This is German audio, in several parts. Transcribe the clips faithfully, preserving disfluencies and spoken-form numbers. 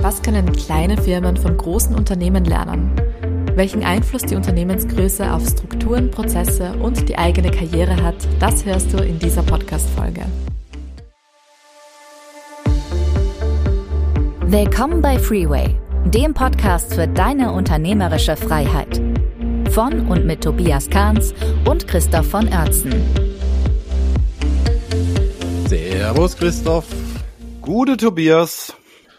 Was können kleine Firmen von großen Unternehmen lernen? Welchen Einfluss die Unternehmensgröße auf Strukturen, Prozesse und die eigene Karriere hat, das hörst du in dieser Podcast-Folge. Willkommen bei Freeway, dem Podcast für deine unternehmerische Freiheit. Von und mit Tobias Kahns und Christoph von Oertzen. Servus Christoph. Gute Tobias.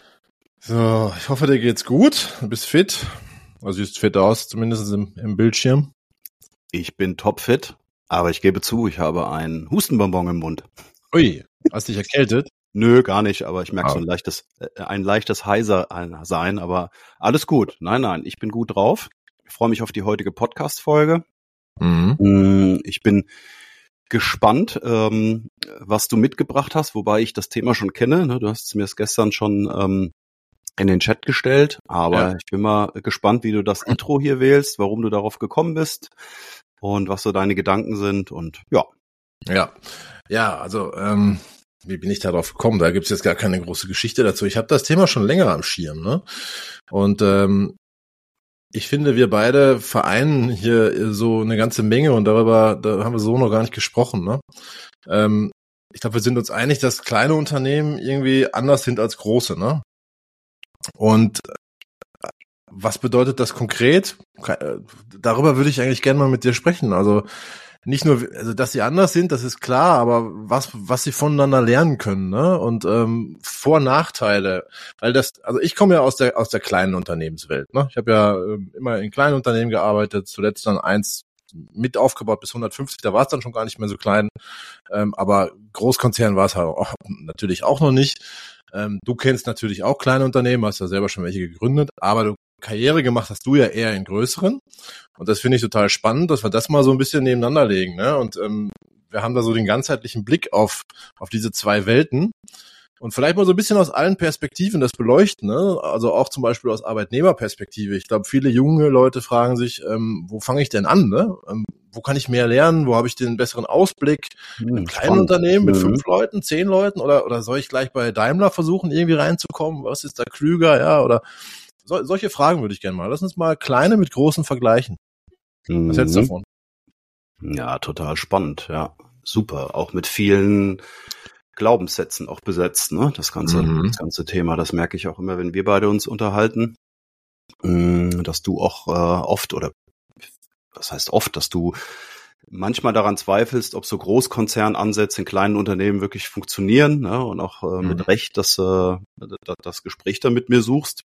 So, ich hoffe, dir geht's gut. Du bist fit. Also siehst fit aus, zumindest im, im Bildschirm. Ich bin topfit, aber ich gebe zu, ich habe einen Hustenbonbon im Mund. Ui, hast dich erkältet? Nö, gar nicht, aber ich merke Ah. so ein leichtes, äh, ein leichtes Heiser sein, aber alles gut. Nein, nein, ich bin gut drauf. Ich freue mich auf die heutige Podcast-Folge. Mhm. Ich bin gespannt, ähm, was du mitgebracht hast, wobei ich das Thema schon kenne. Ne? Du hast es mir das gestern schon ähm, in den Chat gestellt, aber Ja. ich bin mal gespannt, wie du das Intro hier wählst, warum du darauf gekommen bist und was so deine Gedanken sind und ja. Ja, ja, also ähm, wie bin ich darauf gekommen? Da gibt's jetzt gar keine große Geschichte dazu. Ich habe das Thema schon länger am Schirm, ne? Und ähm, ich finde, wir beide vereinen hier so eine ganze Menge und darüber, da haben wir so noch gar nicht gesprochen, ne? Ähm, ich glaube, wir sind uns einig, dass kleine Unternehmen irgendwie anders sind als große, ne? Und was bedeutet das konkret? Darüber würde ich eigentlich gerne mal mit dir sprechen. Also nicht nur, also dass sie anders sind, das ist klar, aber was was sie voneinander lernen können, ne? Und ähm, Vor- und Nachteile, weil das, also ich komme ja aus der aus der kleinen Unternehmenswelt, ne? Ich habe ja äh, immer in kleinen Unternehmen gearbeitet, zuletzt dann eins mit aufgebaut bis hundertfünfzig, da war es dann schon gar nicht mehr so klein, ähm, aber Großkonzern war es halt auch, natürlich auch noch nicht. Ähm, du kennst natürlich auch kleine Unternehmen, hast ja selber schon welche gegründet, aber du Karriere gemacht hast du ja eher in größeren. Und das finde ich total spannend, dass wir das mal so ein bisschen nebeneinander legen, ne? Und ähm, wir haben da so den ganzheitlichen Blick auf auf diese zwei Welten und vielleicht mal so ein bisschen aus allen Perspektiven das beleuchten, ne? Also auch zum Beispiel aus Arbeitnehmerperspektive. Ich glaube, viele junge Leute fragen sich, ähm, wo fange ich denn an, ne? Ähm, wo kann ich mehr lernen? Wo habe ich den besseren Ausblick? Hm, Im kleinen spannend. Unternehmen mit Mhm. fünf Leuten, zehn Leuten oder oder soll ich gleich bei Daimler versuchen, irgendwie reinzukommen? Was ist da klüger, ja? Oder so, solche Fragen würde ich gerne mal. Lass uns mal kleine mit großen vergleichen. Was hältst du Mhm. davon? Ja, total spannend, ja. Super. Auch mit vielen Glaubenssätzen auch besetzt, ne? Das ganze, Mhm. das ganze Thema. Das merke ich auch immer, wenn wir beide uns unterhalten, mh, dass du auch äh, oft oder was heißt oft, dass du manchmal daran zweifelst, ob so Großkonzernansätze in kleinen Unternehmen wirklich funktionieren, ne? Und auch äh, Mhm. mit Recht, dass äh, das, das Gespräch da mit mir suchst.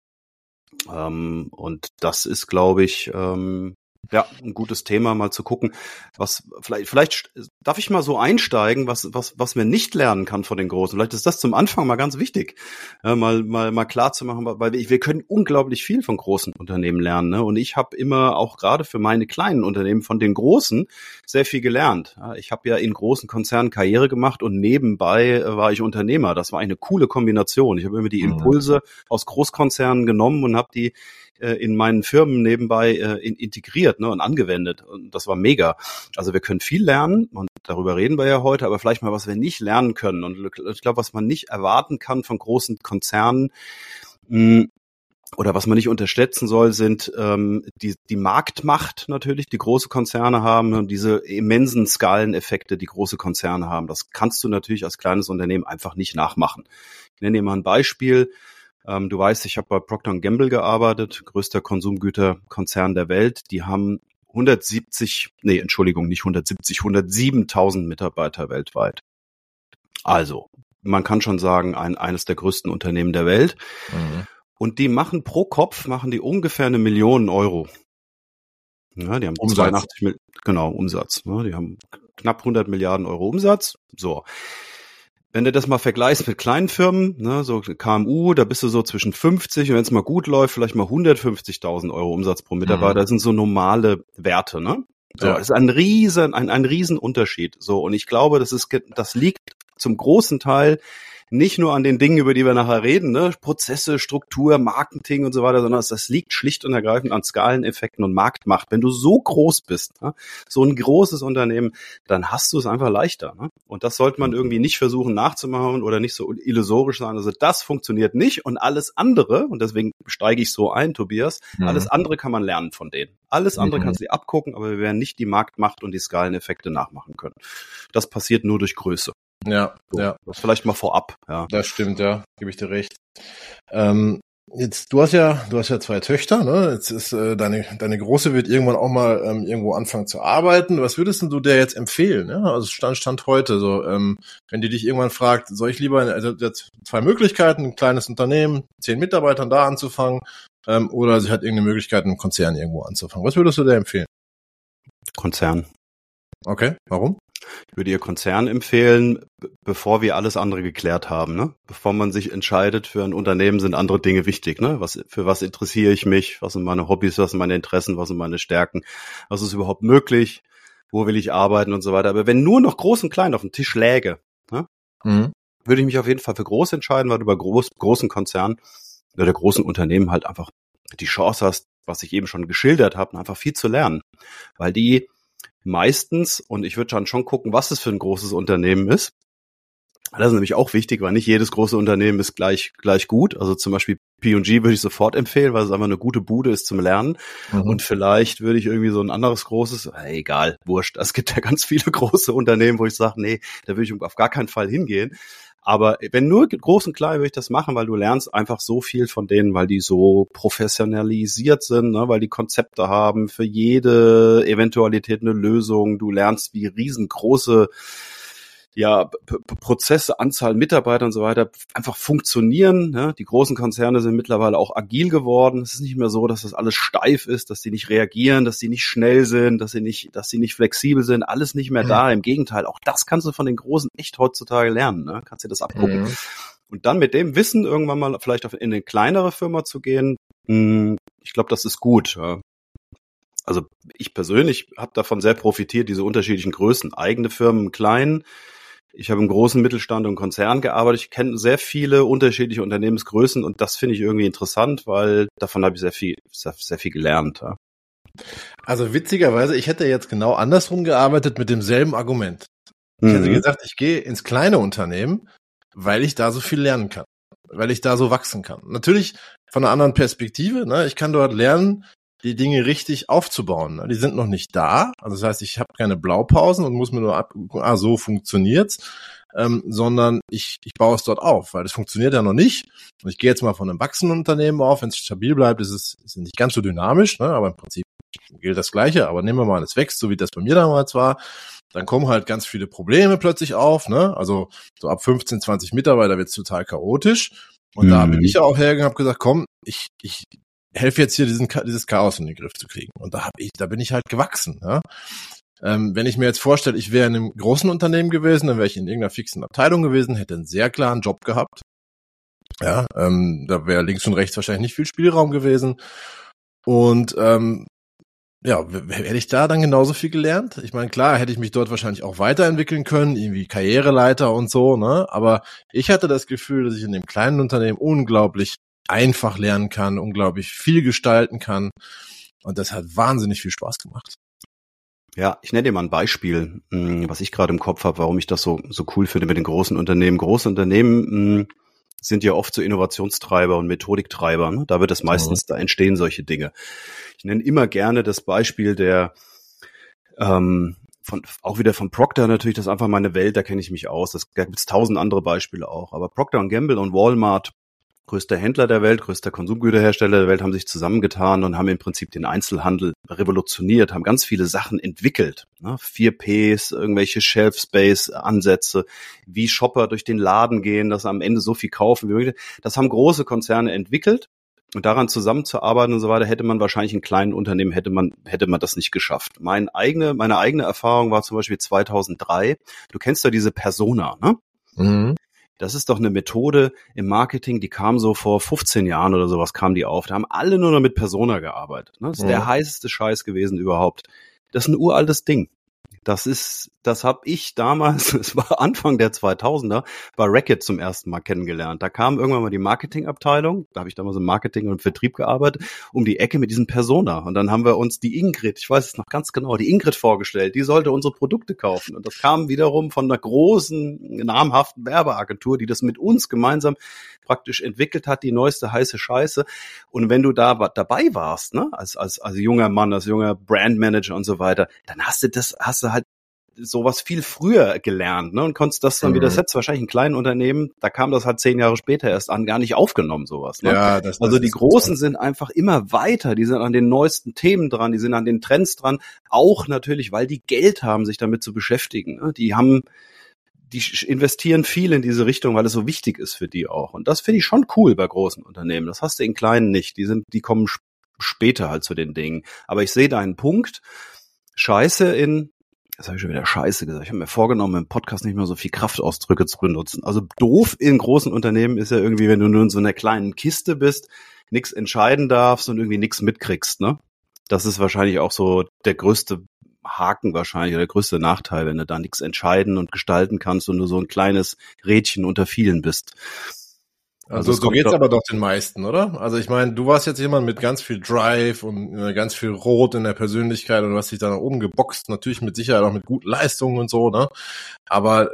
Ähm, und das ist, glaube ich, ähm, ja, ein gutes Thema, mal zu gucken, was vielleicht, vielleicht darf ich mal so einsteigen, was, was, was man nicht lernen kann von den Großen. Vielleicht ist das zum Anfang mal ganz wichtig, äh, mal, mal, mal klar zu machen, weil wir, wir können unglaublich viel von großen Unternehmen lernen, ne? Und ich habe immer auch gerade für meine kleinen Unternehmen von den Großen sehr viel gelernt. Ja, ich habe ja in großen Konzernen Karriere gemacht und nebenbei äh, war ich Unternehmer. Das war eine coole Kombination. Ich habe immer die Mhm. Impulse aus Großkonzernen genommen und habe die in meinen Firmen nebenbei äh, in, integriert, ne, und angewendet. Und das war mega. Also wir können viel lernen und darüber reden wir ja heute, aber vielleicht mal, was wir nicht lernen können. Und ich glaube, was man nicht erwarten kann von großen Konzernen mh, oder was man nicht unterschätzen soll, sind ähm, die, die Marktmacht natürlich, die große Konzerne haben und diese immensen Skaleneffekte, die große Konzerne haben. Das kannst du natürlich als kleines Unternehmen einfach nicht nachmachen. Ich nenne dir mal ein Beispiel. Ähm, du weißt, ich habe bei Procter und Gamble gearbeitet, größter Konsumgüterkonzern der Welt. Die haben hundertsiebzig, nee, Entschuldigung, nicht hundertsiebzig, hundertsiebentausend Mitarbeiter weltweit. Also, man kann schon sagen, ein, eines der größten Unternehmen der Welt. Mhm. Und die machen pro Kopf, machen die ungefähr eine Million Euro. Ja, die haben Umsatz. zweiundachtzig Mil- genau, Umsatz. Ne? Die haben knapp hundert Milliarden Euro Umsatz. So. Wenn du das mal vergleichst mit kleinen Firmen, ne, so K M U, da bist du so zwischen fünfzig und wenn es mal gut läuft, vielleicht mal hundertfünfzigtausend Euro Umsatz pro Mitarbeiter. Mhm. Das sind so normale Werte, ne? So, Ja. das ist ein riesen, ein, ein riesen Unterschied. So, und ich glaube, das ist, das liegt zum großen Teil nicht nur an den Dingen, über die wir nachher reden, ne, Prozesse, Struktur, Marketing und so weiter, sondern das liegt schlicht und ergreifend an Skaleneffekten und Marktmacht. Wenn du so groß bist, ne, so ein großes Unternehmen, dann hast du es einfach leichter. Ne? Und das sollte man irgendwie nicht versuchen nachzumachen oder nicht so illusorisch sein. Also das funktioniert nicht und alles andere, und deswegen steige ich so ein, Tobias, mhm. alles andere kann man lernen von denen. Alles andere mhm. kannst du dir abgucken, aber wir werden nicht die Marktmacht und die Skaleneffekte nachmachen können. Das passiert nur durch Größe. Ja, so, ja. Das vielleicht mal vorab. Ja. Das stimmt, ja, gebe ich dir recht. Ähm, jetzt, du hast ja, du hast ja zwei Töchter, ne? Jetzt ist äh, deine deine Große wird irgendwann auch mal ähm, irgendwo anfangen zu arbeiten. Was würdest denn du der jetzt empfehlen? Ja? Also Stand Stand heute, so ähm, wenn die dich irgendwann fragt, soll ich lieber, also jetzt zwei Möglichkeiten, ein kleines Unternehmen, zehn Mitarbeitern da anzufangen, ähm, oder sie hat irgendeine Möglichkeit, einen Konzern irgendwo anzufangen. Was würdest du der empfehlen? Konzern. Okay, warum? Ich würde ihr Konzern empfehlen, b- bevor wir alles andere geklärt haben, ne? Bevor man sich entscheidet für ein Unternehmen, sind andere Dinge wichtig, ne? Was, für was interessiere ich mich? Was sind meine Hobbys? Was sind meine Interessen? Was sind meine Stärken? Was ist überhaupt möglich? Wo will ich arbeiten und so weiter? Aber wenn nur noch groß und klein auf dem Tisch läge, ne? Mhm. würde ich mich auf jeden Fall für groß entscheiden, weil du bei groß, großen Konzernen oder großen Unternehmen halt einfach die Chance hast, was ich eben schon geschildert habe, einfach viel zu lernen. Weil die meistens, und ich würde dann schon gucken, was es für ein großes Unternehmen ist. Das ist nämlich auch wichtig, weil nicht jedes große Unternehmen ist gleich gleich gut. Also zum Beispiel P und G würde ich sofort empfehlen, weil es einfach eine gute Bude ist zum Lernen. Mhm. Und vielleicht würde ich irgendwie so ein anderes großes, äh, egal, wurscht. Es gibt ja ganz viele große Unternehmen, wo ich sage, nee, da würde ich auf gar keinen Fall hingehen. Aber wenn nur groß und klein, würde ich das machen, weil du lernst einfach so viel von denen, weil die so professionalisiert sind, ne, weil die Konzepte haben, für jede Eventualität eine Lösung. Du lernst, wie riesengroße ja, P- P- Prozesse, Anzahl Mitarbeiter und so weiter einfach funktionieren. Ne? Die großen Konzerne sind mittlerweile auch agil geworden. Es ist nicht mehr so, dass das alles steif ist, dass die nicht reagieren, dass die nicht schnell sind, dass sie nicht, dass sie nicht flexibel sind. Alles nicht mehr da. Im Gegenteil, auch das kannst du von den Großen echt heutzutage lernen. Ne? Kannst dir das abgucken. Mhm. Und dann mit dem Wissen irgendwann mal vielleicht auf, in eine kleinere Firma zu gehen, mh, ich glaube, das ist gut. Ja. Also ich persönlich habe davon sehr profitiert, diese unterschiedlichen Größen, eigene Firmen, kleinen. Ich habe im großen Mittelstand und Konzern gearbeitet. Ich kenne sehr viele unterschiedliche Unternehmensgrößen und das finde ich irgendwie interessant, weil davon habe ich sehr viel, sehr, sehr viel gelernt. Ja. Also witzigerweise, ich hätte jetzt genau andersrum gearbeitet mit demselben Argument. Ich mhm. hätte gesagt, ich gehe ins kleine Unternehmen, weil ich da so viel lernen kann, weil ich da so wachsen kann. Natürlich von einer anderen Perspektive. Ne? Ich kann dort lernen, die Dinge richtig aufzubauen. Die sind noch nicht da. Also das heißt, ich habe keine Blaupausen und muss mir nur abgucken, ah, so funktioniert's, ähm, sondern ich, ich baue es dort auf, weil das funktioniert ja noch nicht. Und ich gehe jetzt mal von einem wachsenden Unternehmen auf. Wenn es stabil bleibt, ist es, ist es nicht ganz so dynamisch, ne? Aber im Prinzip gilt das Gleiche. Aber nehmen wir mal, es wächst, so wie das bei mir damals war. Dann kommen halt ganz viele Probleme plötzlich auf. Ne? Also so ab fünfzehn, zwanzig Mitarbeiter wird's total chaotisch. Und mhm. da bin ich ja auch hergegangen und habe gesagt, komm, ich, ich helfe jetzt hier diesen, dieses Chaos in den Griff zu kriegen. Und da hab ich, da bin ich halt gewachsen. Ja? Ähm, wenn ich mir jetzt vorstelle, ich wäre in einem großen Unternehmen gewesen, dann wäre ich in irgendeiner fixen Abteilung gewesen, hätte einen sehr klaren Job gehabt. Ja, ähm, da wäre links und rechts wahrscheinlich nicht viel Spielraum gewesen. Und ähm, ja, w- hätte ich da dann genauso viel gelernt? Ich meine, klar, hätte ich mich dort wahrscheinlich auch weiterentwickeln können, irgendwie Karriereleiter und so, ne? Aber ich hatte das Gefühl, dass ich in dem kleinen Unternehmen unglaublich einfach lernen kann, unglaublich viel gestalten kann. Und das hat wahnsinnig viel Spaß gemacht. Ja, ich nenne dir mal ein Beispiel, was ich gerade im Kopf habe, warum ich das so so cool finde mit den großen Unternehmen. Große Unternehmen sind ja oft so Innovationstreiber und Methodiktreiber. Ne? Da wird es meistens, mhm. da entstehen solche Dinge. Ich nenne immer gerne das Beispiel der ähm, von auch wieder von Procter natürlich, das ist einfach meine Welt, da kenne ich mich aus. Das, da gibt es tausend andere Beispiele auch. Aber Procter und Gamble und Walmart, größter Händler der Welt, größter Konsumgüterhersteller der Welt, haben sich zusammengetan und haben im Prinzip den Einzelhandel revolutioniert, haben ganz viele Sachen entwickelt. Ne? vier Ps, irgendwelche Shelf-Space-Ansätze, wie Shopper durch den Laden gehen, dass sie am Ende so viel kaufen wie möglich. Das haben große Konzerne entwickelt und daran zusammenzuarbeiten und so weiter, hätte man wahrscheinlich in kleinen Unternehmen, hätte man hätte man das nicht geschafft. Meine eigene, meine eigene Erfahrung war zum Beispiel zweitausenddrei. Du kennst ja diese Persona, ne? Mhm. Das ist doch eine Methode im Marketing, die kam so vor fünfzehn Jahren oder sowas, kam die auf. Da haben alle nur noch mit Persona gearbeitet. Ne? Das ist ja. der heißeste Scheiß gewesen überhaupt. Das ist ein uraltes Ding. Das ist, das habe ich damals, es war Anfang der zweitausender, bei Reckitt zum ersten Mal kennengelernt. Da kam irgendwann mal die Marketingabteilung, da habe ich damals im Marketing und im Vertrieb gearbeitet, um die Ecke mit diesem Persona. Und dann haben wir uns die Ingrid, ich weiß es noch ganz genau, die Ingrid vorgestellt, die sollte unsere Produkte kaufen. Und das kam wiederum von einer großen, namhaften Werbeagentur, die das mit uns gemeinsam praktisch entwickelt hat, die neueste heiße Scheiße. Und wenn du da dabei warst, ne, als, als, als junger Mann, als junger Brandmanager und so weiter, dann hast du das, hast du halt sowas viel früher gelernt, ne, und konntest das dann, mhm. wie das jetzt wahrscheinlich in kleinen Unternehmen, da kam das halt zehn Jahre später erst an, gar nicht aufgenommen, sowas, ne? Ja, das, also das die ist Großen so. Sind einfach immer weiter, die sind an den neuesten Themen dran, die sind an den Trends dran, auch natürlich, weil die Geld haben, sich damit zu beschäftigen, ne? Die haben die investieren viel in diese Richtung, weil es so wichtig ist für die auch. Und das finde ich schon cool bei großen Unternehmen. Das hast du in kleinen nicht. Die sind, die kommen sp- später halt zu den Dingen. Aber ich sehe deinen Punkt. Scheiße in, das habe ich schon wieder Scheiße gesagt. Ich habe mir vorgenommen, im Podcast nicht mehr so viel Kraftausdrücke zu benutzen. Also doof in großen Unternehmen ist ja irgendwie, wenn du nur in so einer kleinen Kiste bist, nichts entscheiden darfst und irgendwie nichts mitkriegst, ne? Das ist wahrscheinlich auch so der größte Haken wahrscheinlich, oder der größte Nachteil, wenn du da nichts entscheiden und gestalten kannst und du so ein kleines Rädchen unter vielen bist. Also, also so geht's aber doch den meisten, oder? Also ich meine, du warst jetzt jemand mit ganz viel Drive und äh, ganz viel Rot in der Persönlichkeit und du hast dich da nach oben geboxt, natürlich mit Sicherheit auch mit guten Leistungen und so, ne? Aber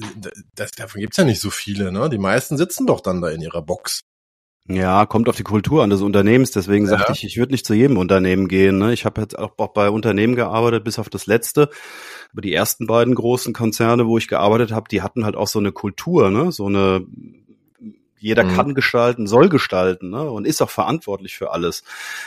das, davon gibt's ja nicht so viele, ne? Die meisten sitzen doch dann da in ihrer Box. Ja, kommt auf die Kultur an des Unternehmens, deswegen ja. sagte ich, ich würde nicht zu jedem Unternehmen gehen. Ne? Ich habe jetzt auch bei Unternehmen gearbeitet, bis auf das letzte. Aber die ersten beiden großen Konzerne, wo ich gearbeitet habe, die hatten halt auch so eine Kultur, ne? So eine, jeder mhm. kann gestalten, soll gestalten, ne? Und ist auch verantwortlich für alles.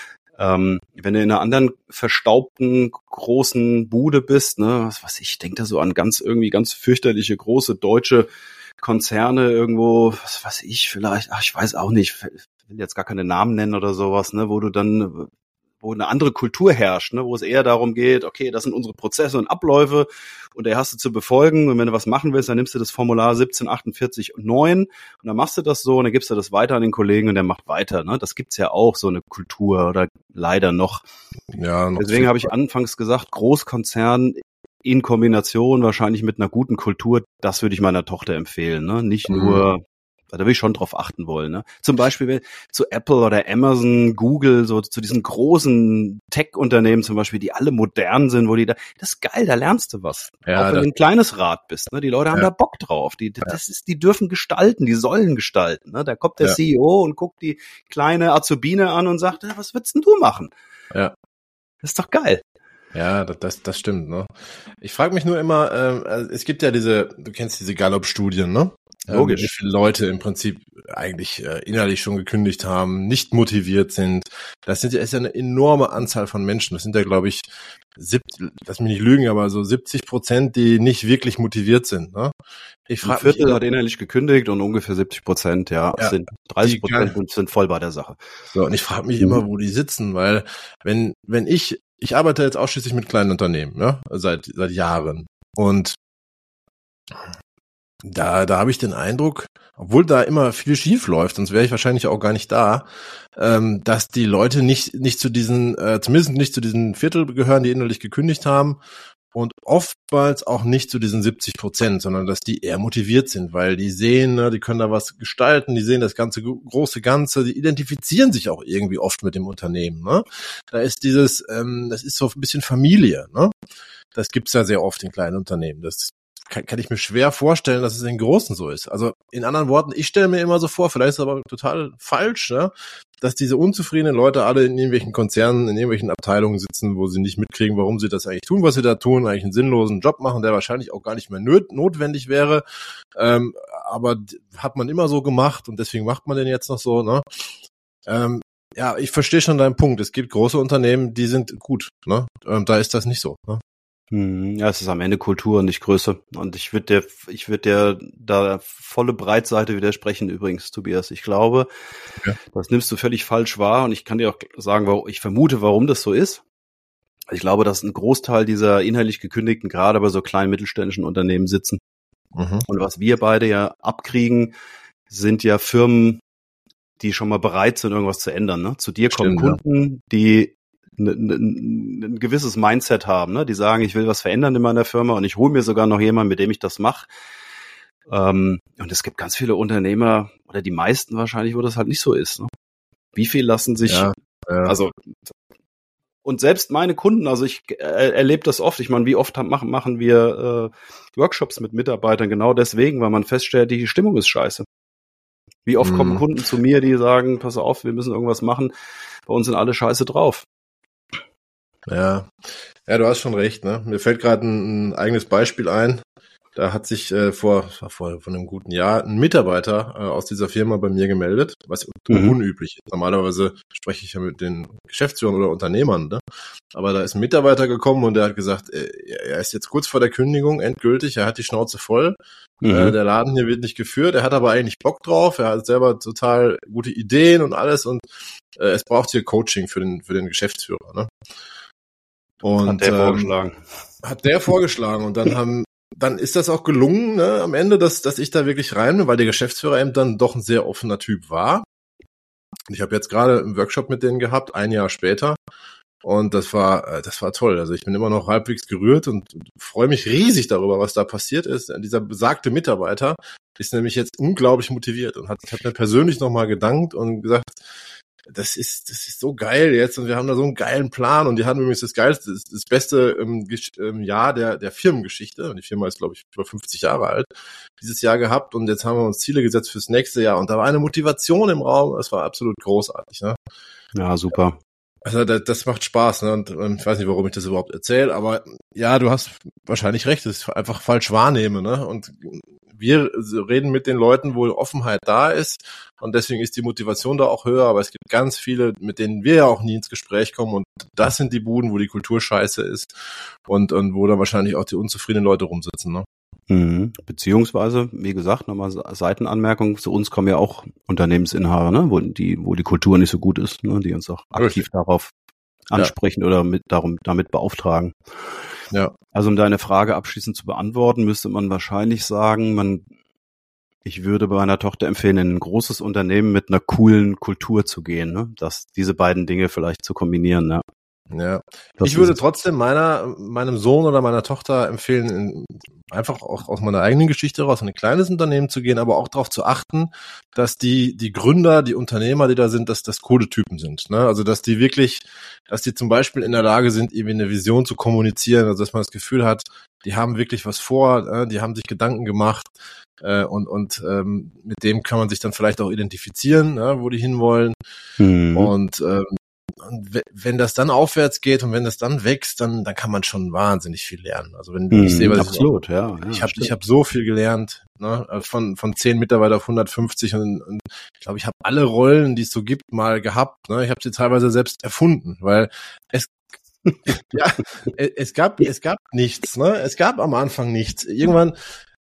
Ähm, wenn du in einer anderen verstaubten großen Bude bist, ne, was weiß ich, denke da so an ganz irgendwie ganz fürchterliche große deutsche Konzerne irgendwo, was weiß ich, vielleicht, ach, ich weiß auch nicht, ich will jetzt gar keine Namen nennen oder sowas, ne, wo du dann, wo eine andere Kultur herrscht, ne, wo es eher darum geht, okay, das sind unsere Prozesse und Abläufe und der hast du zu befolgen und wenn du was machen willst, dann nimmst du das Formular siebzehn achtundvierzig neun und dann machst du das so und dann gibst du das weiter an den Kollegen und der macht weiter, ne, das gibt's ja auch, so eine Kultur oder leider noch. Ja, noch deswegen habe ich anfangs gesagt, Großkonzern in Kombination wahrscheinlich mit einer guten Kultur, das würde ich meiner Tochter empfehlen, ne? Nicht mhm. nur, da würde ich schon drauf achten wollen, ne? Zum Beispiel zu Apple oder Amazon, Google, so zu diesen großen Tech-Unternehmen zum Beispiel, die alle modern sind, wo die da, das ist geil, da lernst du was. Ja, auch wenn du ein kleines Rad bist, ne? Die Leute haben ja. da Bock drauf, die, das ist, die dürfen gestalten, die sollen gestalten, ne? Da kommt der ja. C E O und guckt die kleine Azubine an und sagt, was würdest denn du machen? Ja. Das ist doch geil. Ja, das, das, das stimmt, ne? Ich frage mich nur immer, äh, es gibt ja diese, du kennst diese Gallup-Studien, ne? Logisch. Ähm, wie viele Leute im Prinzip eigentlich äh, innerlich schon gekündigt haben, nicht motiviert sind. Das sind ja, ist ja eine enorme Anzahl von Menschen. Das sind ja, glaube ich, siebzig, lass mich nicht lügen, aber so siebzig Prozent, die nicht wirklich motiviert sind, ne? Ich frage Ein Viertel mich, hat innerlich gekündigt und ungefähr siebzig Prozent, ja, ja sind dreißig Prozent sind voll bei der Sache. So, und ich frage mich mhm. immer, wo die sitzen, weil wenn, wenn ich Ich arbeite jetzt ausschließlich mit kleinen Unternehmen, ne? Seit seit Jahren. Und da da habe ich den Eindruck, obwohl da immer viel schief läuft, sonst wäre ich wahrscheinlich auch gar nicht da, ähm, dass die Leute nicht nicht zu diesen, äh, zumindest nicht zu diesen Viertel gehören, die innerlich gekündigt haben. Und oftmals auch nicht zu diesen siebzig Prozent, sondern dass die eher motiviert sind, weil die sehen, ne, die können da was gestalten, die sehen das ganze große Ganze, die identifizieren sich auch irgendwie oft mit dem Unternehmen. Ne? Da ist dieses, ähm, das ist so ein bisschen Familie. Ne? Das gibt's ja sehr oft in kleinen Unternehmen. Das kann, kann ich mir schwer vorstellen, dass es in großen so ist. Also in anderen Worten, ich stelle mir immer so vor, vielleicht ist es aber total falsch, ne? Dass diese unzufriedenen Leute alle in irgendwelchen Konzernen, in irgendwelchen Abteilungen sitzen, wo sie nicht mitkriegen, warum sie das eigentlich tun, was sie da tun, eigentlich einen sinnlosen Job machen, der wahrscheinlich auch gar nicht mehr nöt- notwendig wäre. Ähm, aber hat man immer so gemacht und deswegen macht man den jetzt noch so, ne? Ähm, ja, ich verstehe schon deinen Punkt. Es gibt große Unternehmen, die sind gut, ne? Ähm, da ist das nicht so, ne? Ja, es ist am Ende Kultur und nicht Größe. Und ich würde dir, ich würde dir da volle Breitseite widersprechen übrigens, Tobias. Ich glaube, ja. das nimmst du völlig falsch wahr und ich kann dir auch sagen, warum, ich vermute, warum das so ist. Ich glaube, dass ein Großteil dieser inhaltlich gekündigten gerade bei so kleinen mittelständischen Unternehmen sitzen. Mhm. Und was wir beide ja abkriegen, sind ja Firmen, die schon mal bereit sind, irgendwas zu ändern. Ne? Zu dir kommen Stimmt, Kunden, ja. die ein, ein, ein gewisses Mindset haben, ne? Die sagen, ich will was verändern in meiner Firma und ich hole mir sogar noch jemanden, mit dem ich das mache. Ähm, und es gibt ganz viele Unternehmer, oder die meisten wahrscheinlich, wo das halt nicht so ist. Ne? Wie viel lassen sich, Ja, ja. also und selbst meine Kunden, also ich äh, erlebe das oft, ich meine, wie oft haben, machen, machen wir äh, Workshops mit Mitarbeitern, genau deswegen, weil man feststellt, die Stimmung ist scheiße. Wie oft Mhm. kommen Kunden zu mir, die sagen, pass auf, wir müssen irgendwas machen, bei uns sind alle scheiße drauf. Ja, ja, du hast schon recht, ne? Mir fällt gerade ein, ein eigenes Beispiel ein. Da hat sich äh, vor, vor vor einem guten Jahr ein Mitarbeiter äh, aus dieser Firma bei mir gemeldet, was Mhm. unüblich ist. Normalerweise spreche ich ja mit den Geschäftsführern oder Unternehmern, ne? Aber da ist ein Mitarbeiter gekommen und der hat gesagt, äh, er ist jetzt kurz vor der Kündigung, endgültig, er hat die Schnauze voll. Mhm. Äh, der Laden hier wird nicht geführt, er hat aber eigentlich Bock drauf, er hat selber total gute Ideen und alles und äh, es braucht hier Coaching für den für den Geschäftsführer, ne? Und Hat der ähm, vorgeschlagen. hat der vorgeschlagen und dann haben dann ist das auch gelungen, ne, am Ende, dass dass ich da wirklich rein bin, weil der Geschäftsführer eben dann doch ein sehr offener Typ war. Und ich habe jetzt gerade einen Workshop mit denen gehabt, ein Jahr später. Und das war äh, das war toll. Also ich bin immer noch halbwegs gerührt und freue mich riesig darüber, was da passiert ist. Dieser besagte Mitarbeiter ist nämlich jetzt unglaublich motiviert und hat, hat mir persönlich nochmal gedankt und gesagt, das ist, das ist so geil jetzt und wir haben da so einen geilen Plan und die haben übrigens das geilste, das, das beste ähm, Gesch- ähm, Jahr der, der Firmengeschichte und die Firma ist, glaube ich, über fünfzig Jahre alt, dieses Jahr gehabt und jetzt haben wir uns Ziele gesetzt fürs nächste Jahr und da war eine Motivation im Raum, das war absolut großartig, ne? Ja, super. Also das, das macht Spaß, ne? Und ähm, ich weiß nicht, warum ich das überhaupt erzähle, aber ja, du hast wahrscheinlich recht, dass ich einfach falsch wahrnehme, ne? Und wir reden mit den Leuten, wo Offenheit da ist und deswegen ist die Motivation da auch höher, aber es gibt ganz viele, mit denen wir ja auch nie ins Gespräch kommen und das sind die Buden, wo die Kultur scheiße ist und, und wo dann wahrscheinlich auch die unzufriedenen Leute rumsitzen, ne? Mhm. Beziehungsweise, wie gesagt, nochmal Seitenanmerkung, zu uns kommen ja auch Unternehmensinhaber, ne, wo die, wo die Kultur nicht so gut ist, ne, die uns auch aktiv Richtig. darauf ansprechen ja. oder mit, darum, damit beauftragen. Ja. Also um deine Frage abschließend zu beantworten, müsste man wahrscheinlich sagen, man, ich würde bei einer Tochter empfehlen, in ein großes Unternehmen mit einer coolen Kultur zu gehen, ne, dass diese beiden Dinge vielleicht zu kombinieren, ne. Ja, Das ich würde ist es. trotzdem meiner, meinem Sohn oder meiner Tochter empfehlen, in, einfach auch aus meiner eigenen Geschichte raus in ein kleines Unternehmen zu gehen, aber auch darauf zu achten, dass die die Gründer, die Unternehmer, die da sind, dass das coole Typen sind. Ne? Also dass die wirklich, dass die zum Beispiel in der Lage sind, irgendwie eine Vision zu kommunizieren, also dass man das Gefühl hat, die haben wirklich was vor, äh, die haben sich Gedanken gemacht äh, und und ähm, mit dem kann man sich dann vielleicht auch identifizieren, ja, wo die hinwollen. Mhm. Und ähm, Und wenn das dann aufwärts geht und wenn das dann wächst, dann dann kann man schon wahnsinnig viel lernen. Also wenn Mhm, ich sehe, was absolut, ich, ja. ja ich habe stimmt. ich habe so viel gelernt, ne, von von zehn Mitarbeiter auf hundertfünfzig und, und ich glaube, ich habe alle Rollen, die es so gibt, mal gehabt. Ne, ich habe sie teilweise selbst erfunden, weil es ja es gab es gab nichts. Ne, es gab am Anfang nichts. Irgendwann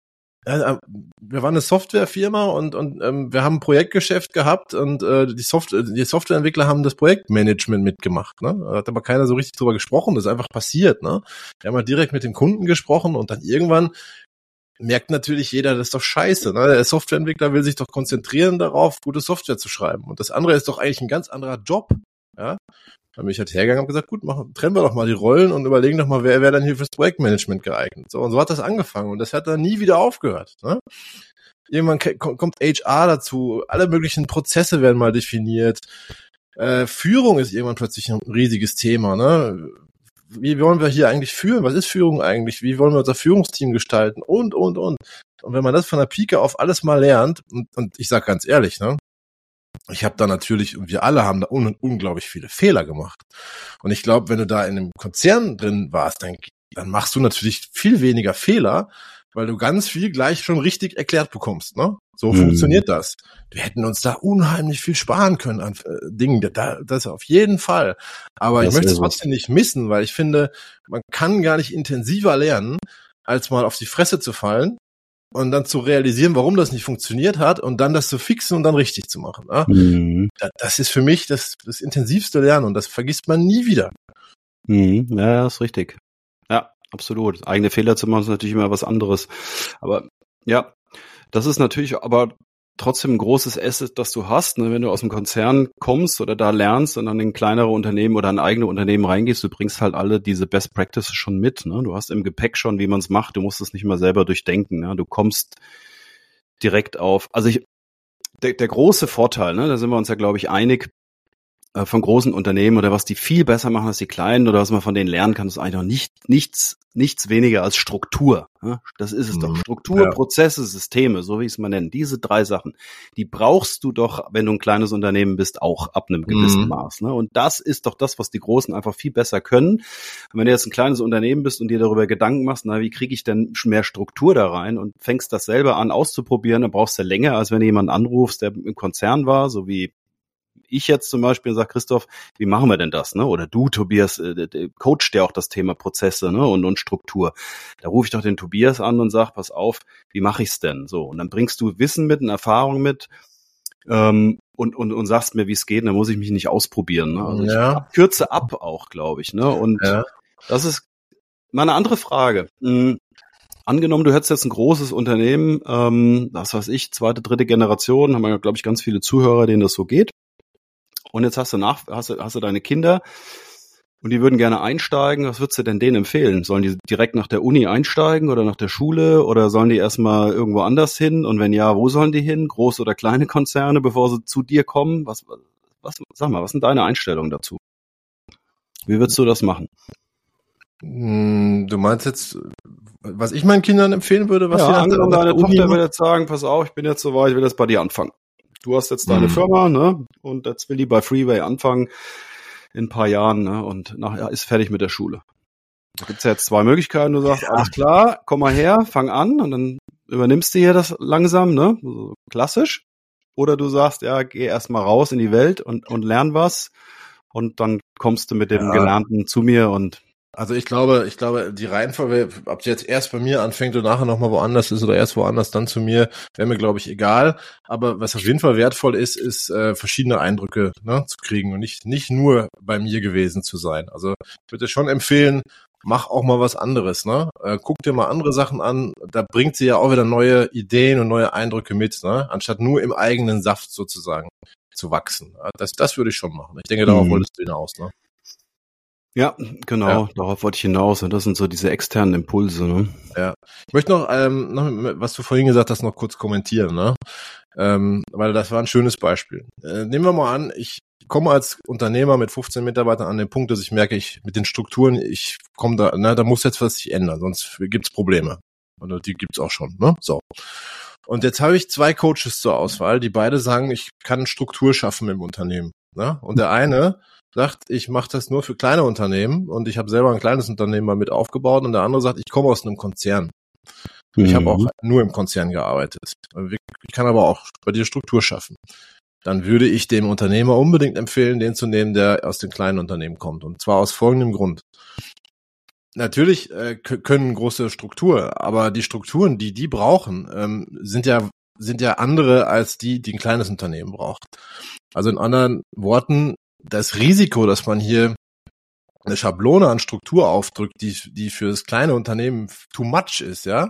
wir waren eine Softwarefirma und und ähm, wir haben ein Projektgeschäft gehabt und äh, die Software die Softwareentwickler haben das Projektmanagement mitgemacht, ne? Da hat aber keiner so richtig drüber gesprochen, das ist einfach passiert, ne? Wir haben halt direkt mit den Kunden gesprochen und dann irgendwann merkt natürlich jeder, das ist doch scheiße, ne? Der Softwareentwickler will sich doch konzentrieren darauf, gute Software zu schreiben und das andere ist doch eigentlich ein ganz anderer Job, ja? Dann bin ich halt hergegangen und habe gesagt, gut, machen, trennen wir doch mal die Rollen und überlegen doch mal, wer wäre dann hier fürs Projektmanagement geeignet. So, und so hat das angefangen und das hat dann nie wieder aufgehört. Ne? Irgendwann ke- kommt H R dazu, alle möglichen Prozesse werden mal definiert. Äh, Führung ist irgendwann plötzlich ein riesiges Thema. Ne? Wie wollen wir hier eigentlich führen? Was ist Führung eigentlich? Wie wollen wir unser Führungsteam gestalten? Und, und, und. Und wenn man das von der Pike auf alles mal lernt, und, und ich sag ganz ehrlich, ne? Ich habe da natürlich, und wir alle haben da un- unglaublich viele Fehler gemacht. Und ich glaube, wenn du da in einem Konzern drin warst, dann, dann machst du natürlich viel weniger Fehler, weil du ganz viel gleich schon richtig erklärt bekommst. Ne? So Mhm. funktioniert das. Wir hätten uns da unheimlich viel sparen können an äh, Dingen. Da, das auf jeden Fall. Aber Das ich möchte ist es es. trotzdem nicht missen, weil ich finde, man kann gar nicht intensiver lernen, als mal auf die Fresse zu fallen und dann zu realisieren, warum das nicht funktioniert hat und dann das zu fixen und dann richtig zu machen. Ne? Mhm. Das ist für mich das, das intensivste Lernen und das vergisst man nie wieder. Mhm. Ja, ja, ist richtig. Ja, absolut. Eigene Fehler zu machen ist natürlich immer was anderes. Aber ja, das ist natürlich, aber trotzdem ein großes Asset, das du hast, ne? Wenn du aus dem Konzern kommst oder da lernst und dann in kleinere Unternehmen oder in eigene Unternehmen reingehst, du bringst halt alle diese Best Practices schon mit, ne? Du hast im Gepäck schon, wie man es macht, du musst es nicht mal selber durchdenken, ne? Du kommst direkt auf, also ich, der, der große Vorteil, ne, da sind wir uns ja, glaube ich, einig, äh, von großen Unternehmen oder was die viel besser machen als die kleinen oder was man von denen lernen kann, ist eigentlich noch nicht, nichts, nichts weniger als Struktur. Ne? Das ist es mhm. doch. Struktur, ja. Prozesse, Systeme, so wie ich es mal nenne. Diese drei Sachen, die brauchst du doch, wenn du ein kleines Unternehmen bist, auch ab einem gewissen mhm. Maß. Ne? Und das ist doch das, was die Großen einfach viel besser können. Und wenn du jetzt ein kleines Unternehmen bist und dir darüber Gedanken machst, na, wie kriege ich denn mehr Struktur da rein und fängst das selber an auszuprobieren, dann brauchst du länger, als wenn du jemanden anrufst, der im Konzern war, so wie ich jetzt zum Beispiel sage, Christoph, wie machen wir denn das? Ne? Oder du, Tobias, äh, coacht ja auch das Thema Prozesse, ne? und, und Struktur. Da rufe ich doch den Tobias an und sage, pass auf, wie mache ich's denn? So, und dann bringst du Wissen mit, eine Erfahrung mit ähm, und, und, und sagst mir, wie es geht, und dann muss ich mich nicht ausprobieren. Ne? Also ja. ich kürze ab auch, glaube ich. Ne? Und ja. das ist mal eine andere Frage. Hm. Angenommen, du hättest jetzt ein großes Unternehmen, ähm, was weiß ich, zweite, dritte Generation, haben wir, glaube ich, ganz viele Zuhörer, denen das so geht. Und jetzt hast du nach, hast du, hast du deine Kinder und die würden gerne einsteigen. Was würdest du denn denen empfehlen? Sollen die direkt nach der Uni einsteigen oder nach der Schule oder sollen die erstmal irgendwo anders hin? Und wenn ja, wo sollen die hin? Große oder kleine Konzerne, bevor sie zu dir kommen? Was, was, sag mal, was sind deine Einstellungen dazu? Wie würdest du das machen? Du meinst jetzt, was ich meinen Kindern empfehlen würde? Was ja, sie angenommen, deine Tochter will jetzt sagen, pass auf, ich bin jetzt so weit, ich will jetzt bei dir anfangen. Du hast jetzt deine mhm. Firma, ne? Und jetzt will die bei Freeway anfangen in ein paar Jahren, ne? Und nachher ist fertig mit der Schule. Da gibt's ja jetzt zwei Möglichkeiten. Du sagst, ja. alles klar, komm mal her, fang an und dann übernimmst du hier das langsam, ne? So klassisch. Oder du sagst, ja, geh erst mal raus in die Welt und, und lern was und dann kommst du mit dem ja. Gelernten zu mir und Also ich glaube, ich glaube, die Reihenfolge, ob sie jetzt erst bei mir anfängt und nachher nochmal woanders ist oder erst woanders dann zu mir, wäre mir, glaube ich, egal. Aber was auf jeden Fall wertvoll ist, ist äh, verschiedene Eindrücke ne, zu kriegen und nicht nicht nur bei mir gewesen zu sein. Also ich würde schon empfehlen, mach auch mal was anderes. Ne? Äh, guck dir mal andere Sachen an. Da bringt sie ja auch wieder neue Ideen und neue Eindrücke mit, ne? Anstatt nur im eigenen Saft sozusagen zu wachsen. Das, das würde ich schon machen. Ich denke, darauf mhm. wolltest du hinaus, ne? Ja, genau, ja. Darauf wollte ich hinaus. Und das sind so diese externen Impulse. Ne? Ja, ich möchte noch, ähm, noch, was du vorhin gesagt hast, noch kurz kommentieren, ne? Ähm, weil das war ein schönes Beispiel. Äh, nehmen wir mal an, ich komme als Unternehmer mit fünfzehn Mitarbeitern an den Punkt, dass ich merke, ich mit den Strukturen, ich komme da, na, da muss jetzt was sich ändern, sonst gibt's Probleme. Oder die gibt's auch schon, ne? So. Und jetzt habe ich zwei Coaches zur Auswahl, die beide sagen, ich kann Struktur schaffen im Unternehmen. Ne? Und der eine sagt, ich mache das nur für kleine Unternehmen und ich habe selber ein kleines Unternehmen mal mit aufgebaut und der andere sagt, ich komme aus einem Konzern. Mhm. Ich habe auch nur im Konzern gearbeitet. Ich kann aber auch bei dir Struktur schaffen. Dann würde ich dem Unternehmer unbedingt empfehlen, den zu nehmen, der aus den kleinen Unternehmen kommt. Und zwar aus folgendem Grund. Natürlich äh, können große Struktur, aber die Strukturen, die die brauchen, ähm, sind ja sind ja andere als die, die ein kleines Unternehmen braucht. Also in anderen Worten, das Risiko, dass man hier eine Schablone an Struktur aufdrückt, die die für das kleine Unternehmen too much ist, ja,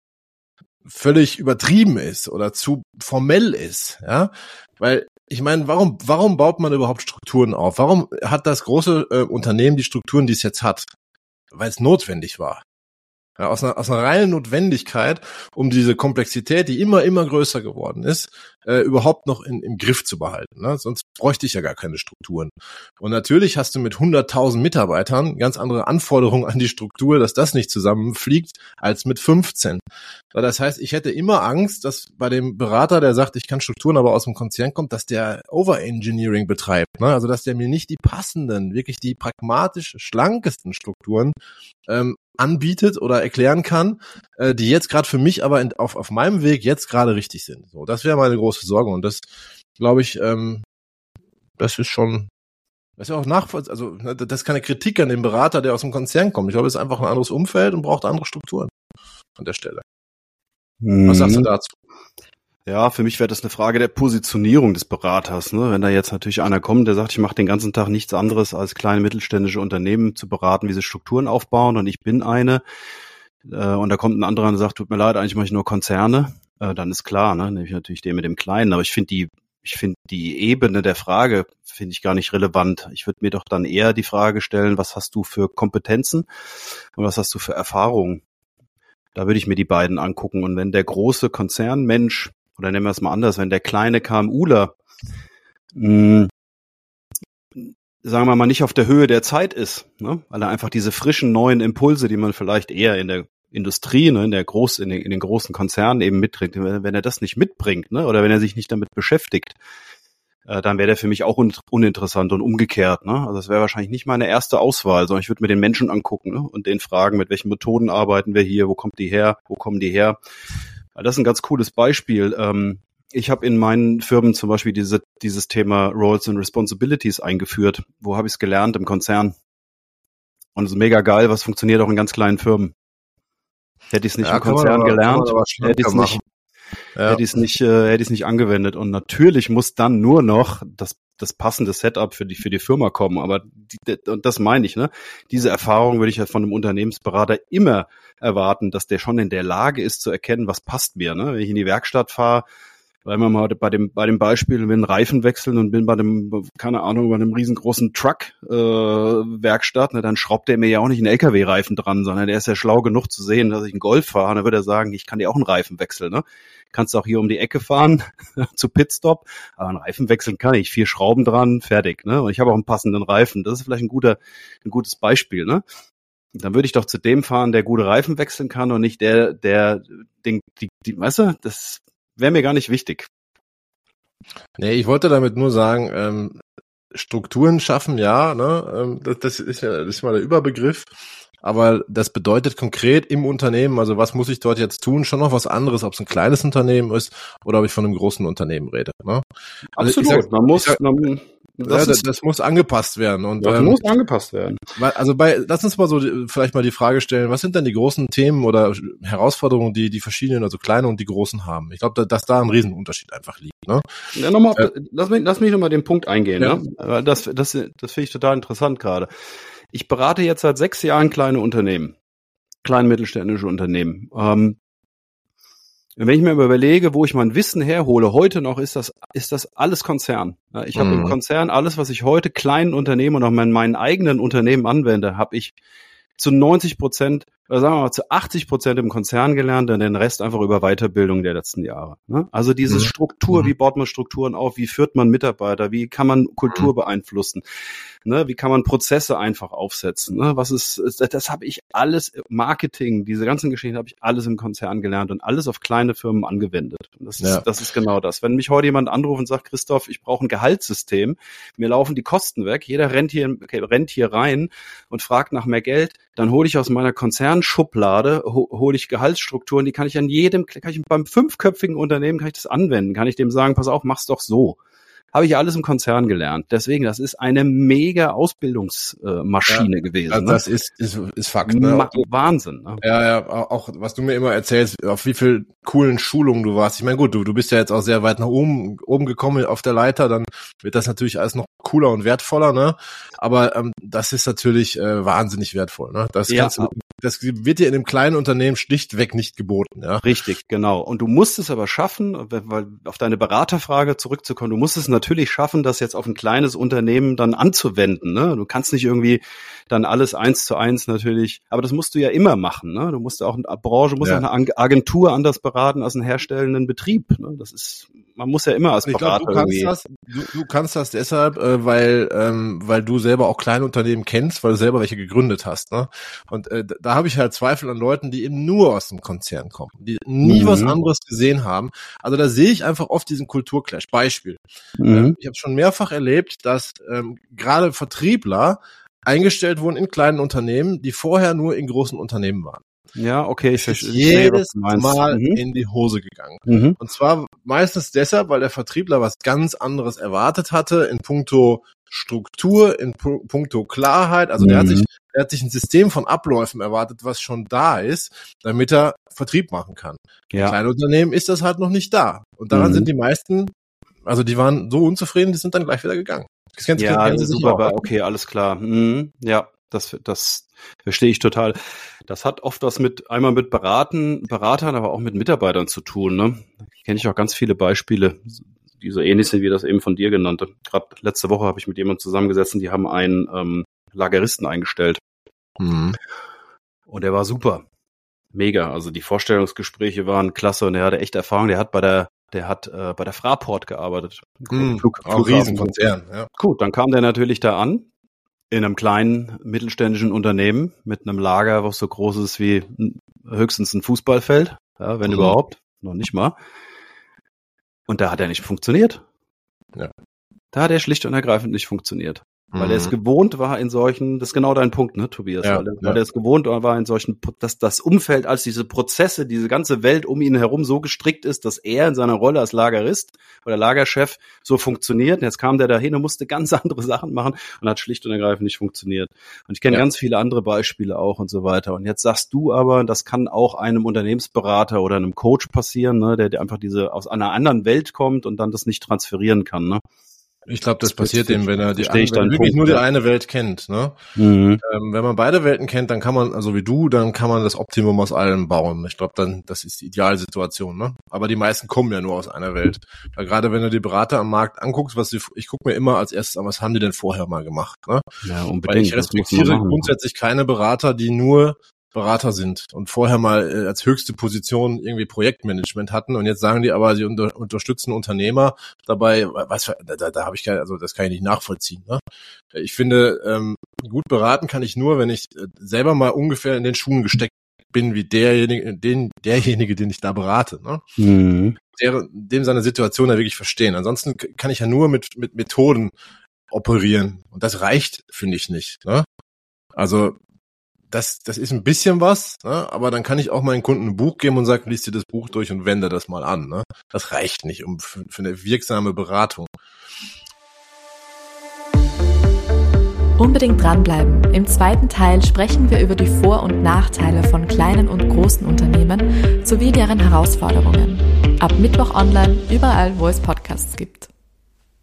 völlig übertrieben ist oder zu formell ist, ja, weil ich meine, warum warum baut man überhaupt Strukturen auf? Warum hat das große äh, Unternehmen die Strukturen, die es jetzt hat? Weil es notwendig war. Ja, aus einer, aus einer reinen Notwendigkeit, um diese Komplexität, die immer, immer größer geworden ist, äh, überhaupt noch in, im Griff zu behalten. Ne? Sonst bräuchte ich ja gar keine Strukturen. Und natürlich hast du mit hunderttausend Mitarbeitern ganz andere Anforderungen an die Struktur, dass das nicht zusammenfliegt, als mit fünfzehn. Das heißt, ich hätte immer Angst, dass bei dem Berater, der sagt, ich kann Strukturen, aber aus dem Konzern kommt, dass der Overengineering betreibt. Ne? Also, dass der mir nicht die passenden, wirklich die pragmatisch schlankesten Strukturen ähm, anbietet oder erklären kann, äh, die jetzt gerade für mich aber in, auf, auf meinem Weg jetzt gerade richtig sind. So, das wäre meine große Sorge und das, glaube ich, ähm, das ist schon, das ist ja auch nachvollziehbar, also das ist keine Kritik an den Berater, der aus dem Konzern kommt. Ich glaube, es ist einfach ein anderes Umfeld und braucht andere Strukturen an der Stelle. Mhm. Was sagst du dazu? Ja, für mich wäre das eine Frage der Positionierung des Beraters. Ne? Wenn da jetzt natürlich einer kommt, der sagt, ich mache den ganzen Tag nichts anderes, als kleine mittelständische Unternehmen zu beraten, wie sie Strukturen aufbauen und ich bin eine. Äh, und da kommt ein anderer und sagt, tut mir leid, eigentlich mache ich nur Konzerne. äh, dann ist klar, ne, nehme ich natürlich den mit dem Kleinen. Aber ich finde die, ich finde die Ebene der Frage finde ich gar nicht relevant. Ich würde mir doch dann eher die Frage stellen, was hast du für Kompetenzen und was hast du für Erfahrungen? Da würde ich mir die beiden angucken. Und wenn der große Konzernmensch, oder nennen wir es mal anders, wenn der kleine KMUler, mh, sagen wir mal, nicht auf der Höhe der Zeit ist, ne, weil er einfach diese frischen neuen Impulse, die man vielleicht eher in der Industrie, ne, in der Groß, in den, in den großen Konzernen eben mitträgt, wenn, wenn er das nicht mitbringt, ne, oder wenn er sich nicht damit beschäftigt, äh, dann wäre der für mich auch un, uninteressant und umgekehrt, ne. Also das wäre wahrscheinlich nicht meine erste Auswahl, sondern ich würde mir den Menschen angucken, ne, und den fragen, mit welchen Methoden arbeiten wir hier, wo kommt die her, wo kommen die her? Weil das ist ein ganz cooles Beispiel. Ähm, Ich habe in meinen Firmen zum Beispiel diese, dieses Thema Roles and Responsibilities eingeführt. Wo habe ich es gelernt? Im Konzern. Und es ist mega geil, was funktioniert auch in ganz kleinen Firmen. Hätte ich es nicht ja, im Konzern aber, gelernt, hätte ich es nicht, ja. hätte ich es nicht, äh, hätte ich es nicht angewendet. Und natürlich muss dann nur noch das, das passende Setup für die, für die Firma kommen. Aber die, und das meine ich, ne? Diese Erfahrung würde ich ja von einem Unternehmensberater immer erwarten, dass der schon in der Lage ist zu erkennen, was passt mir, ne? Wenn ich in die Werkstatt fahre, weil wir mal bei dem bei dem Beispiel, wenn einen Reifen wechseln und bin bei dem, keine Ahnung, bei einem riesengroßen Truck äh, Werkstatt, ne, dann schraubt der mir ja auch nicht einen L K W-Reifen dran, sondern der ist ja schlau genug zu sehen, dass ich einen Golf fahre. Und dann würde er sagen, ich kann dir auch einen Reifen wechseln. Ne? Kannst du auch hier um die Ecke fahren zu Pitstop, aber einen Reifen wechseln kann ich. Vier Schrauben dran, fertig. Ne? Und ich habe auch einen passenden Reifen. Das ist vielleicht ein guter, ein gutes Beispiel. Ne? Dann würde ich doch zu dem fahren, der gute Reifen wechseln kann und nicht der, der, den, die, die, weißt du, das wäre mir gar nicht wichtig. Nee, ich wollte damit nur sagen, ähm, Strukturen schaffen, ja, ne, ähm, das, das ist ja, das ist mal der Überbegriff, aber das bedeutet konkret im Unternehmen, also was muss ich dort jetzt tun, schon noch was anderes, ob es ein kleines Unternehmen ist oder ob ich von einem großen Unternehmen rede, ne? Also absolut, sag, man muss, sag, man, Das, ja, das, das muss angepasst werden. Und, das ähm, muss angepasst werden. Also bei, lass uns mal so die, vielleicht mal die Frage stellen, was sind denn die großen Themen oder Herausforderungen, die die verschiedenen, also kleine und die großen haben? Ich glaube, da, dass da ein Riesenunterschied einfach liegt. Ne? Ja, nochmal, äh, lass mich, lass mich nochmal den Punkt eingehen. Ja. Ne? Das, das, das finde ich total interessant gerade. Ich berate jetzt seit sechs Jahren kleine Unternehmen, kleine mittelständische Unternehmen. Ähm, Wenn ich mir überlege, wo ich mein Wissen herhole, heute noch ist das ist das alles Konzern. Ich habe mhm. im Konzern alles, was ich heute kleinen Unternehmen und auch in meinen eigenen Unternehmen anwende, habe ich zu neunzig Prozent oder sagen wir mal zu achtzig Prozent im Konzern gelernt und den Rest einfach über Weiterbildung der letzten Jahre. Also diese mhm. Struktur, wie baut man Strukturen auf, wie führt man Mitarbeiter, wie kann man Kultur beeinflussen, ne, wie kann man Prozesse einfach aufsetzen, ne, was ist, das habe ich alles, Marketing, diese ganzen Geschichten habe ich alles im Konzern gelernt und alles auf kleine Firmen angewendet. Das ist, ja. das ist genau das. Wenn mich heute jemand anruft und sagt, Christoph, ich brauche ein Gehaltssystem, mir laufen die Kosten weg, jeder rennt hier, rennt hier rein und fragt nach mehr Geld, dann hole ich aus meiner Konzernschublade, ho- hole ich Gehaltsstrukturen, die kann ich an jedem, kann ich beim fünfköpfigen Unternehmen, kann ich das anwenden, kann ich dem sagen, pass auf, mach's doch so. Habe ich alles im Konzern gelernt. Deswegen, das ist eine mega Ausbildungsmaschine ja, gewesen. Also das ne? ist, ist, ist Fakt. Ne? Ma- Wahnsinn. Ne? Ja, ja, auch was du mir immer erzählst, auf wie viel coolen Schulungen du warst. Ich meine, gut, du, du bist ja jetzt auch sehr weit nach oben, oben gekommen auf der Leiter, dann wird das natürlich alles noch cooler und wertvoller, ne? Aber ähm, das ist natürlich äh, wahnsinnig wertvoll, ne? Das Ja, kannst du, das wird dir in einem kleinen Unternehmen schlichtweg nicht geboten, ja? richtig, genau. Und du musst es aber schaffen, weil auf deine Beraterfrage zurückzukommen, du musst es natürlich schaffen, das jetzt auf ein kleines Unternehmen dann anzuwenden. Ne? Du kannst nicht irgendwie dann alles eins zu eins natürlich, aber das musst du ja immer machen. Ne? Du musst auch eine Branche, musst Ja. auch eine Agentur anders beraten als einen herstellenden Betrieb. Ne? Das ist, man muss ja immer als Ich Berater glaube, du kannst irgendwie. das, du, du kannst das deshalb, äh, weil ähm, weil du selber auch kleine Unternehmen kennst, weil du selber welche gegründet hast, ne? Und äh, da, da habe ich halt Zweifel an Leuten, die eben nur aus dem Konzern kommen, die nie Mhm. was anderes gesehen haben. Also da sehe ich einfach oft diesen Kulturclash. Beispiel: Mhm. ähm, Ich habe schon mehrfach erlebt, dass ähm, gerade Vertriebler eingestellt wurden in kleinen Unternehmen, die vorher nur in großen Unternehmen waren. Ja, okay, ich Es ist verstehe, was jedes du meinst. Mal Mhm. in die Hose gegangen. Mhm. Und zwar meistens deshalb, weil der Vertriebler was ganz anderes erwartet hatte in puncto Struktur, in pu- puncto Klarheit. Also der hat Mhm. sich, der hat sich ein System von Abläufen erwartet, was schon da ist, damit er Vertrieb machen kann. In Ja. kleinen Unternehmen ist das halt noch nicht da. Und daran Mhm. sind die meisten, also die waren so unzufrieden, die sind dann gleich wieder gegangen. Das kennst, Ja, kennst du sicher super, auch. aber okay, alles klar. Mhm. Ja. Das, das verstehe ich total. Das hat oft was mit, einmal mit Beraten, Beratern, aber auch mit Mitarbeitern zu tun, ne? Da kenne ich auch ganz viele Beispiele, die so ähnlich sind wie das eben von dir genannte. Gerade letzte Woche habe ich mit jemandem zusammengesessen, die haben einen ähm, Lageristen eingestellt. Mhm. Und der war super. Mega. Also die Vorstellungsgespräche waren klasse und er hatte echt Erfahrung. Der hat bei der, der hat äh, bei der Fraport gearbeitet. Mhm. Flug, auch Riesenkonzern, ja. Gut, dann kam der natürlich da an, in einem kleinen mittelständischen Unternehmen mit einem Lager, was so groß ist wie höchstens ein Fußballfeld, ja, wenn mhm. überhaupt, noch nicht mal. Und da hat er nicht funktioniert. Ja. Da hat er schlicht und ergreifend nicht funktioniert. Weil mhm. er es gewohnt war in solchen, das ist genau dein Punkt, ne, Tobias, ja, weil, er, ja. weil er es gewohnt war in solchen, dass das Umfeld, als diese Prozesse, diese ganze Welt um ihn herum so gestrickt ist, dass er in seiner Rolle als Lagerist oder Lagerchef so funktioniert. Und jetzt kam der dahin und musste ganz andere Sachen machen und hat schlicht und ergreifend nicht funktioniert. Und ich kenne ja. ganz viele andere Beispiele auch und so weiter. Und jetzt sagst du aber, das kann auch einem Unternehmensberater oder einem Coach passieren, ne, der, der einfach diese aus einer anderen Welt kommt und dann das nicht transferieren kann, ne? Ich glaube, das passiert ihm, wenn er die Verstehe ich wenn er wirklich Punkt, nur ja. die eine Welt kennt. Ne? Mhm. Ähm, wenn man beide Welten kennt, dann kann man, also wie du, dann kann man das Optimum aus allem bauen. Ich glaube, dann das ist die Idealsituation. Ne? Aber die meisten kommen ja nur aus einer Welt. Weil gerade wenn du die Berater am Markt anguckst, was sie, ich gucke mir immer als erstes an, was haben die denn vorher mal gemacht? Ne? Ja, unbedingt. Weil ich respektiere grundsätzlich keine Berater, die nur Berater sind und vorher mal äh, als höchste Position irgendwie Projektmanagement hatten und jetzt sagen die aber, sie unter, unterstützen Unternehmer dabei, was für, da, da habe ich keine, also das kann ich nicht nachvollziehen. Ne? Ich finde, ähm, gut beraten kann ich nur, wenn ich äh, selber mal ungefähr in den Schuhen gesteckt bin, wie derjenige, den, derjenige, den ich da berate. Ne? Mhm. Der, dem seine Situation da wirklich verstehen. Ansonsten kann ich ja nur mit mit Methoden operieren und das reicht, finde ich nicht. Ne? Also Das, das ist ein bisschen was, ne? Aber dann kann ich auch meinen Kunden ein Buch geben und sagen, lies dir das Buch durch und wende das mal an. Ne? Das reicht nicht um für, für eine wirksame Beratung. Unbedingt dranbleiben. Im zweiten Teil sprechen wir über die Vor- und Nachteile von kleinen und großen Unternehmen sowie deren Herausforderungen. Ab Mittwoch online, überall, wo es Podcasts gibt.